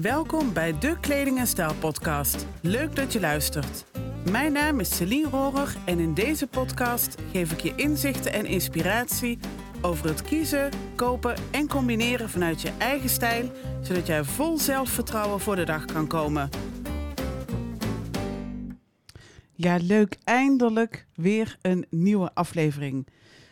Welkom bij de Kleding en Stijl podcast. Leuk dat je luistert. Mijn naam is Celine Rohrer en in deze podcast geef ik je inzichten en inspiratie over het kiezen, kopen en combineren vanuit je eigen stijl, zodat jij vol zelfvertrouwen voor de dag kan komen. Ja, leuk. Eindelijk weer een nieuwe aflevering.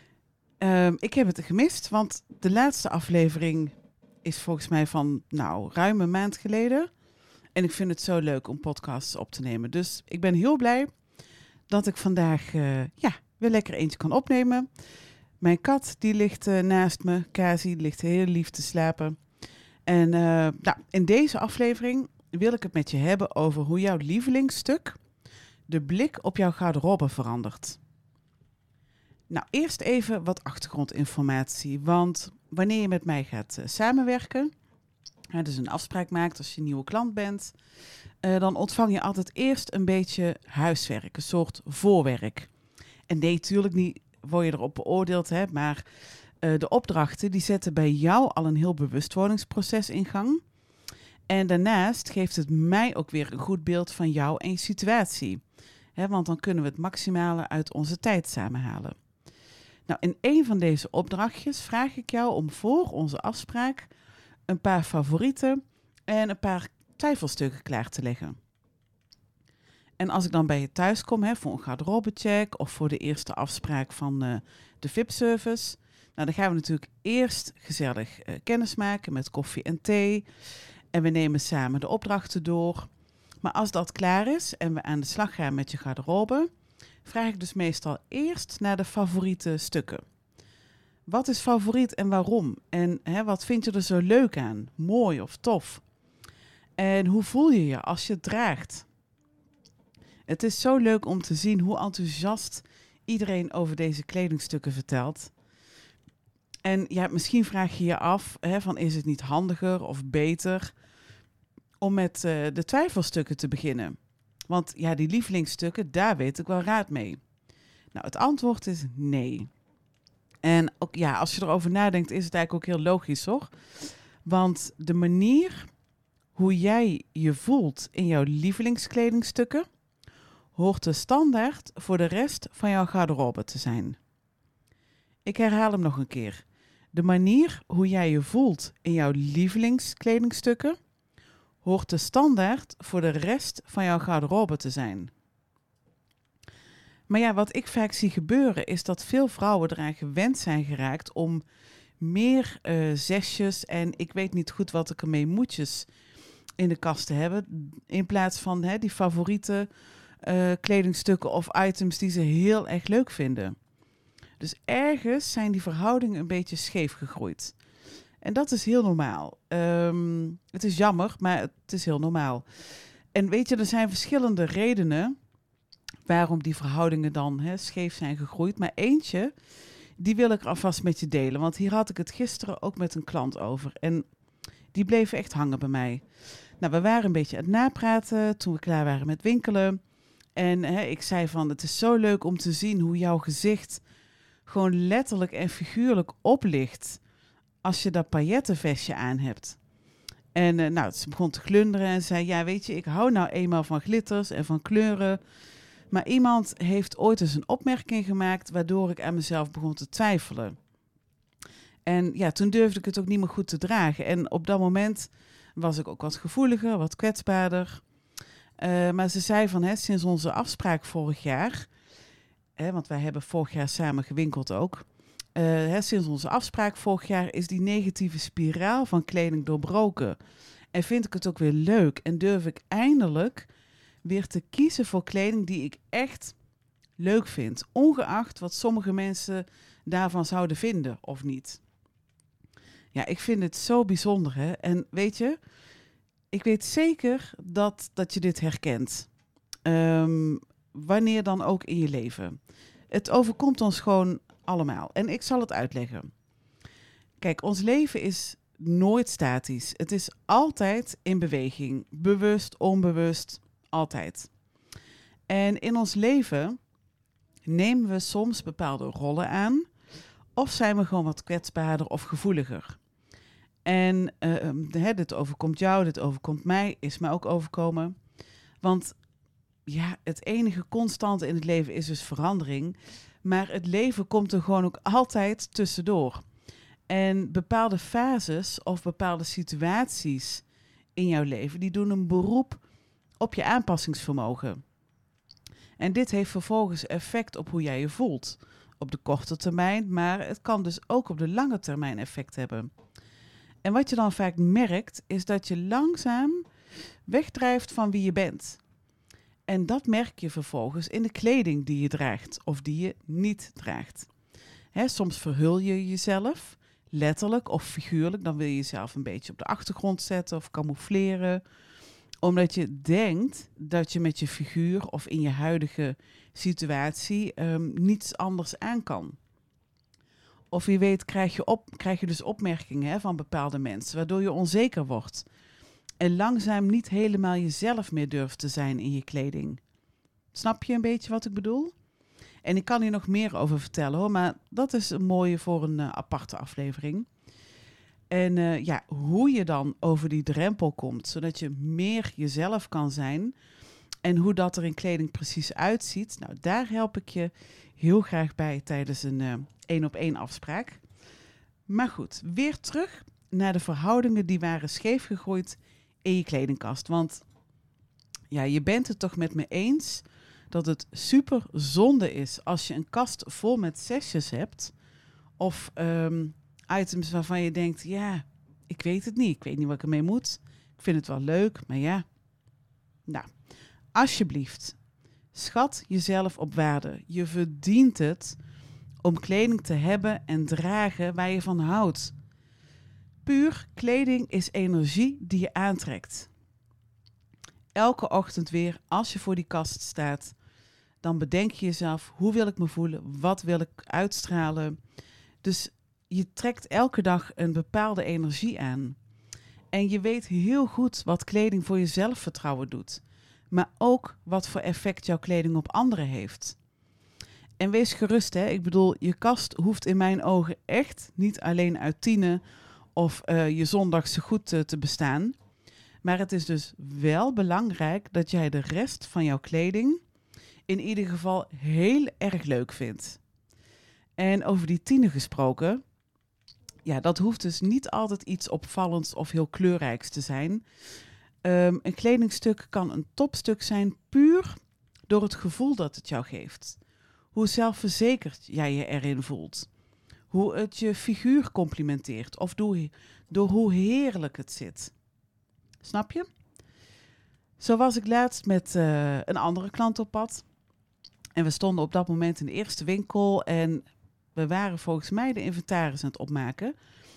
Ik heb het gemist, want de laatste aflevering is volgens mij van ruim een maand geleden. En ik vind het zo leuk om podcasts op te nemen. Dus ik ben heel blij dat ik vandaag weer lekker eentje kan opnemen. Mijn kat die ligt naast me. Kazi ligt heel lief te slapen. En in deze aflevering wil ik het met je hebben over hoe jouw lievelingsstuk de blik op jouw garderobe verandert. Nou, eerst even wat achtergrondinformatie. Want wanneer je met mij gaat samenwerken, dus een afspraak maakt als je een nieuwe klant bent, dan ontvang je altijd eerst een beetje huiswerk, een soort voorwerk. En nee, natuurlijk niet word je erop beoordeeld, maar de opdrachten die zetten bij jou al een heel bewustwordingsproces in gang. En daarnaast geeft het mij ook weer een goed beeld van jou en je situatie. Want dan kunnen we het maximale uit onze tijd samenhalen. Nou, in een van deze opdrachtjes vraag ik jou om voor onze afspraak een paar favorieten en een paar twijfelstukken klaar te leggen. En als ik dan bij je thuis kom voor een garderobecheck of voor de eerste afspraak van de VIP-service, dan gaan we natuurlijk eerst gezellig kennis maken met koffie en thee. En we nemen samen de opdrachten door. Maar als dat klaar is en we aan de slag gaan met je garderobe, vraag ik dus meestal eerst naar de favoriete stukken. Wat is favoriet en waarom? En wat vind je er zo leuk aan? Mooi of tof? En hoe voel je je als je het draagt? Het is zo leuk om te zien hoe enthousiast iedereen over deze kledingstukken vertelt. En ja, misschien vraag je je af, is het niet handiger of beter om met de twijfelstukken te beginnen? Want ja, die lievelingsstukken, daar weet ik wel raad mee. Nou, het antwoord is nee. En ook ja, als je erover nadenkt, is het eigenlijk ook heel logisch, hoor. Want de manier hoe jij je voelt in jouw lievelingskledingstukken hoort de standaard voor de rest van jouw garderobe te zijn. Ik herhaal hem nog een keer. De manier hoe jij je voelt in jouw lievelingskledingstukken hoort de standaard voor de rest van jouw garderobe te zijn. Maar ja, wat ik vaak zie gebeuren is dat veel vrouwen eraan gewend zijn geraakt om meer zesjes en ik weet niet goed wat ik ermee moetjes in de kast te hebben. In plaats van die favoriete kledingstukken of items die ze heel erg leuk vinden. Dus ergens zijn die verhoudingen een beetje scheef gegroeid. En dat is heel normaal. Het is jammer, maar het is heel normaal. En weet je, er zijn verschillende redenen waarom die verhoudingen dan scheef zijn gegroeid. Maar eentje, die wil ik alvast met je delen. Want hier had ik het gisteren ook met een klant over. En die bleven echt hangen bij mij. Nou, we waren een beetje aan het napraten toen we klaar waren met winkelen. En ik zei van, het is zo leuk om te zien hoe jouw gezicht gewoon letterlijk en figuurlijk oplicht als je dat paillettenvestje aan hebt. En ze begon te glunderen en zei, ja weet je, ik hou nou eenmaal van glitters en van kleuren. Maar iemand heeft ooit eens een opmerking gemaakt waardoor ik aan mezelf begon te twijfelen. En ja, toen durfde ik het ook niet meer goed te dragen. En op dat moment was ik ook wat gevoeliger, wat kwetsbaarder. Maar ze zei van, sinds onze afspraak vorig jaar, want wij hebben vorig jaar samen gewinkeld ook. Sinds onze afspraak vorig jaar is die negatieve spiraal van kleding doorbroken. En vind ik het ook weer leuk en durf ik eindelijk weer te kiezen voor kleding die ik echt leuk vind. Ongeacht wat sommige mensen daarvan zouden vinden of niet. Ja, ik vind het zo bijzonder. En weet je, ik weet zeker dat je dit herkent. Wanneer dan ook in je leven. Het overkomt ons gewoon allemaal. En ik zal het uitleggen. Kijk, ons leven is nooit statisch. Het is altijd in beweging. Bewust, onbewust, altijd. En in ons leven nemen we soms bepaalde rollen aan. Of zijn we gewoon wat kwetsbaarder of gevoeliger. En dit overkomt jou, dit overkomt mij, is mij ook overkomen. Want ja, het enige constante in het leven is dus verandering. Maar het leven komt er gewoon ook altijd tussendoor. En bepaalde fases of bepaalde situaties in jouw leven, die doen een beroep op je aanpassingsvermogen. En dit heeft vervolgens effect op hoe jij je voelt. Op de korte termijn, maar het kan dus ook op de lange termijn effect hebben. En wat je dan vaak merkt, is dat je langzaam wegdrijft van wie je bent. En dat merk je vervolgens in de kleding die je draagt of die je niet draagt. Soms verhul je jezelf, letterlijk of figuurlijk. Dan wil je jezelf een beetje op de achtergrond zetten of camoufleren. Omdat je denkt dat je met je figuur of in je huidige situatie niets anders aan kan. Of wie weet krijg je dus opmerkingen van bepaalde mensen, waardoor je onzeker wordt. En langzaam niet helemaal jezelf meer durft te zijn in je kleding. Snap je een beetje wat ik bedoel? En ik kan hier nog meer over vertellen hoor, maar dat is een mooie voor een aparte aflevering. En hoe je dan over die drempel komt, zodat je meer jezelf kan zijn. En hoe dat er in kleding precies uitziet, nou daar help ik je heel graag bij tijdens een 1-op-1 afspraak. Maar goed, weer terug naar de verhoudingen die waren scheef gegooid in je kledingkast. Want ja, je bent het toch met me eens dat het super zonde is als je een kast vol met sesjes hebt. Of items waarvan je denkt, ja, ik weet het niet. Ik weet niet wat ik ermee moet. Ik vind het wel leuk, maar ja. Nou, alsjeblieft, schat jezelf op waarde. Je verdient het om kleding te hebben en dragen waar je van houdt. Puur kleding is energie die je aantrekt. Elke ochtend weer, als je voor die kast staat, dan bedenk je jezelf, hoe wil ik me voelen? Wat wil ik uitstralen? Dus je trekt elke dag een bepaalde energie aan. En je weet heel goed wat kleding voor je zelfvertrouwen doet. Maar ook wat voor effect jouw kleding op anderen heeft. En wees gerust, hè. Ik bedoel, je kast hoeft in mijn ogen echt niet alleen uit tienen of je zondagse goed te bestaan. Maar het is dus wel belangrijk dat jij de rest van jouw kleding in ieder geval heel erg leuk vindt. En over die tienen gesproken, ja, dat hoeft dus niet altijd iets opvallends of heel kleurrijks te zijn. Een kledingstuk kan een topstuk zijn puur door het gevoel dat het jou geeft. Hoe zelfverzekerd jij je erin voelt. Hoe het je figuur complimenteert of door hoe heerlijk het zit. Snap je? Zo was ik laatst met een andere klant op pad. En we stonden op dat moment in de eerste winkel en we waren volgens mij de inventaris aan het opmaken.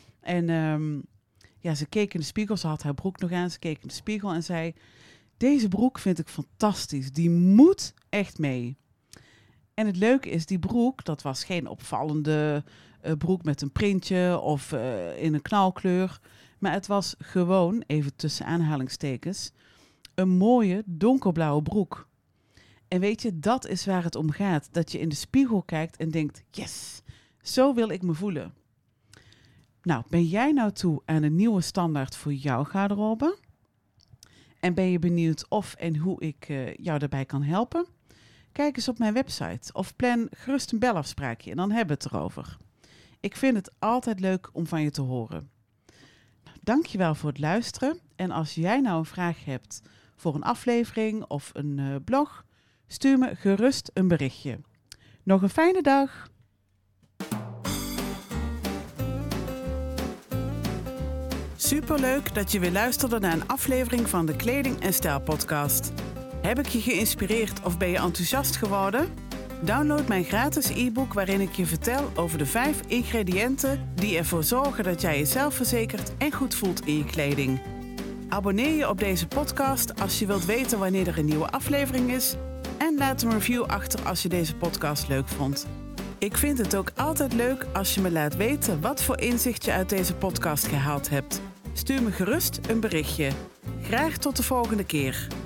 En ze keek in de spiegel, ze had haar broek nog aan, ze keek in de spiegel en zei, deze broek vind ik fantastisch, die moet echt mee. En het leuke is, die broek, dat was geen opvallende broek met een printje of in een knalkleur. Maar het was gewoon, even tussen aanhalingstekens, een mooie donkerblauwe broek. En weet je, dat is waar het om gaat. Dat je in de spiegel kijkt en denkt, yes, zo wil ik me voelen. Nou, ben jij nou toe aan een nieuwe standaard voor jouw garderobe? En ben je benieuwd of en hoe ik jou daarbij kan helpen? Kijk eens op mijn website of plan gerust een belafspraakje en dan hebben we het erover. Ik vind het altijd leuk om van je te horen. Dankjewel voor het luisteren. En als jij nou een vraag hebt voor een aflevering of een blog, stuur me gerust een berichtje. Nog een fijne dag! Superleuk dat je weer luisterde naar een aflevering van de Kleding en Stijl podcast. Heb ik je geïnspireerd of ben je enthousiast geworden? Download mijn gratis e-book waarin ik je vertel over de 5 ingrediënten die ervoor zorgen dat jij jezelf verzekerd en goed voelt in je kleding. Abonneer je op deze podcast als je wilt weten wanneer er een nieuwe aflevering is en laat een review achter als je deze podcast leuk vond. Ik vind het ook altijd leuk als je me laat weten wat voor inzicht je uit deze podcast gehaald hebt. Stuur me gerust een berichtje. Graag tot de volgende keer.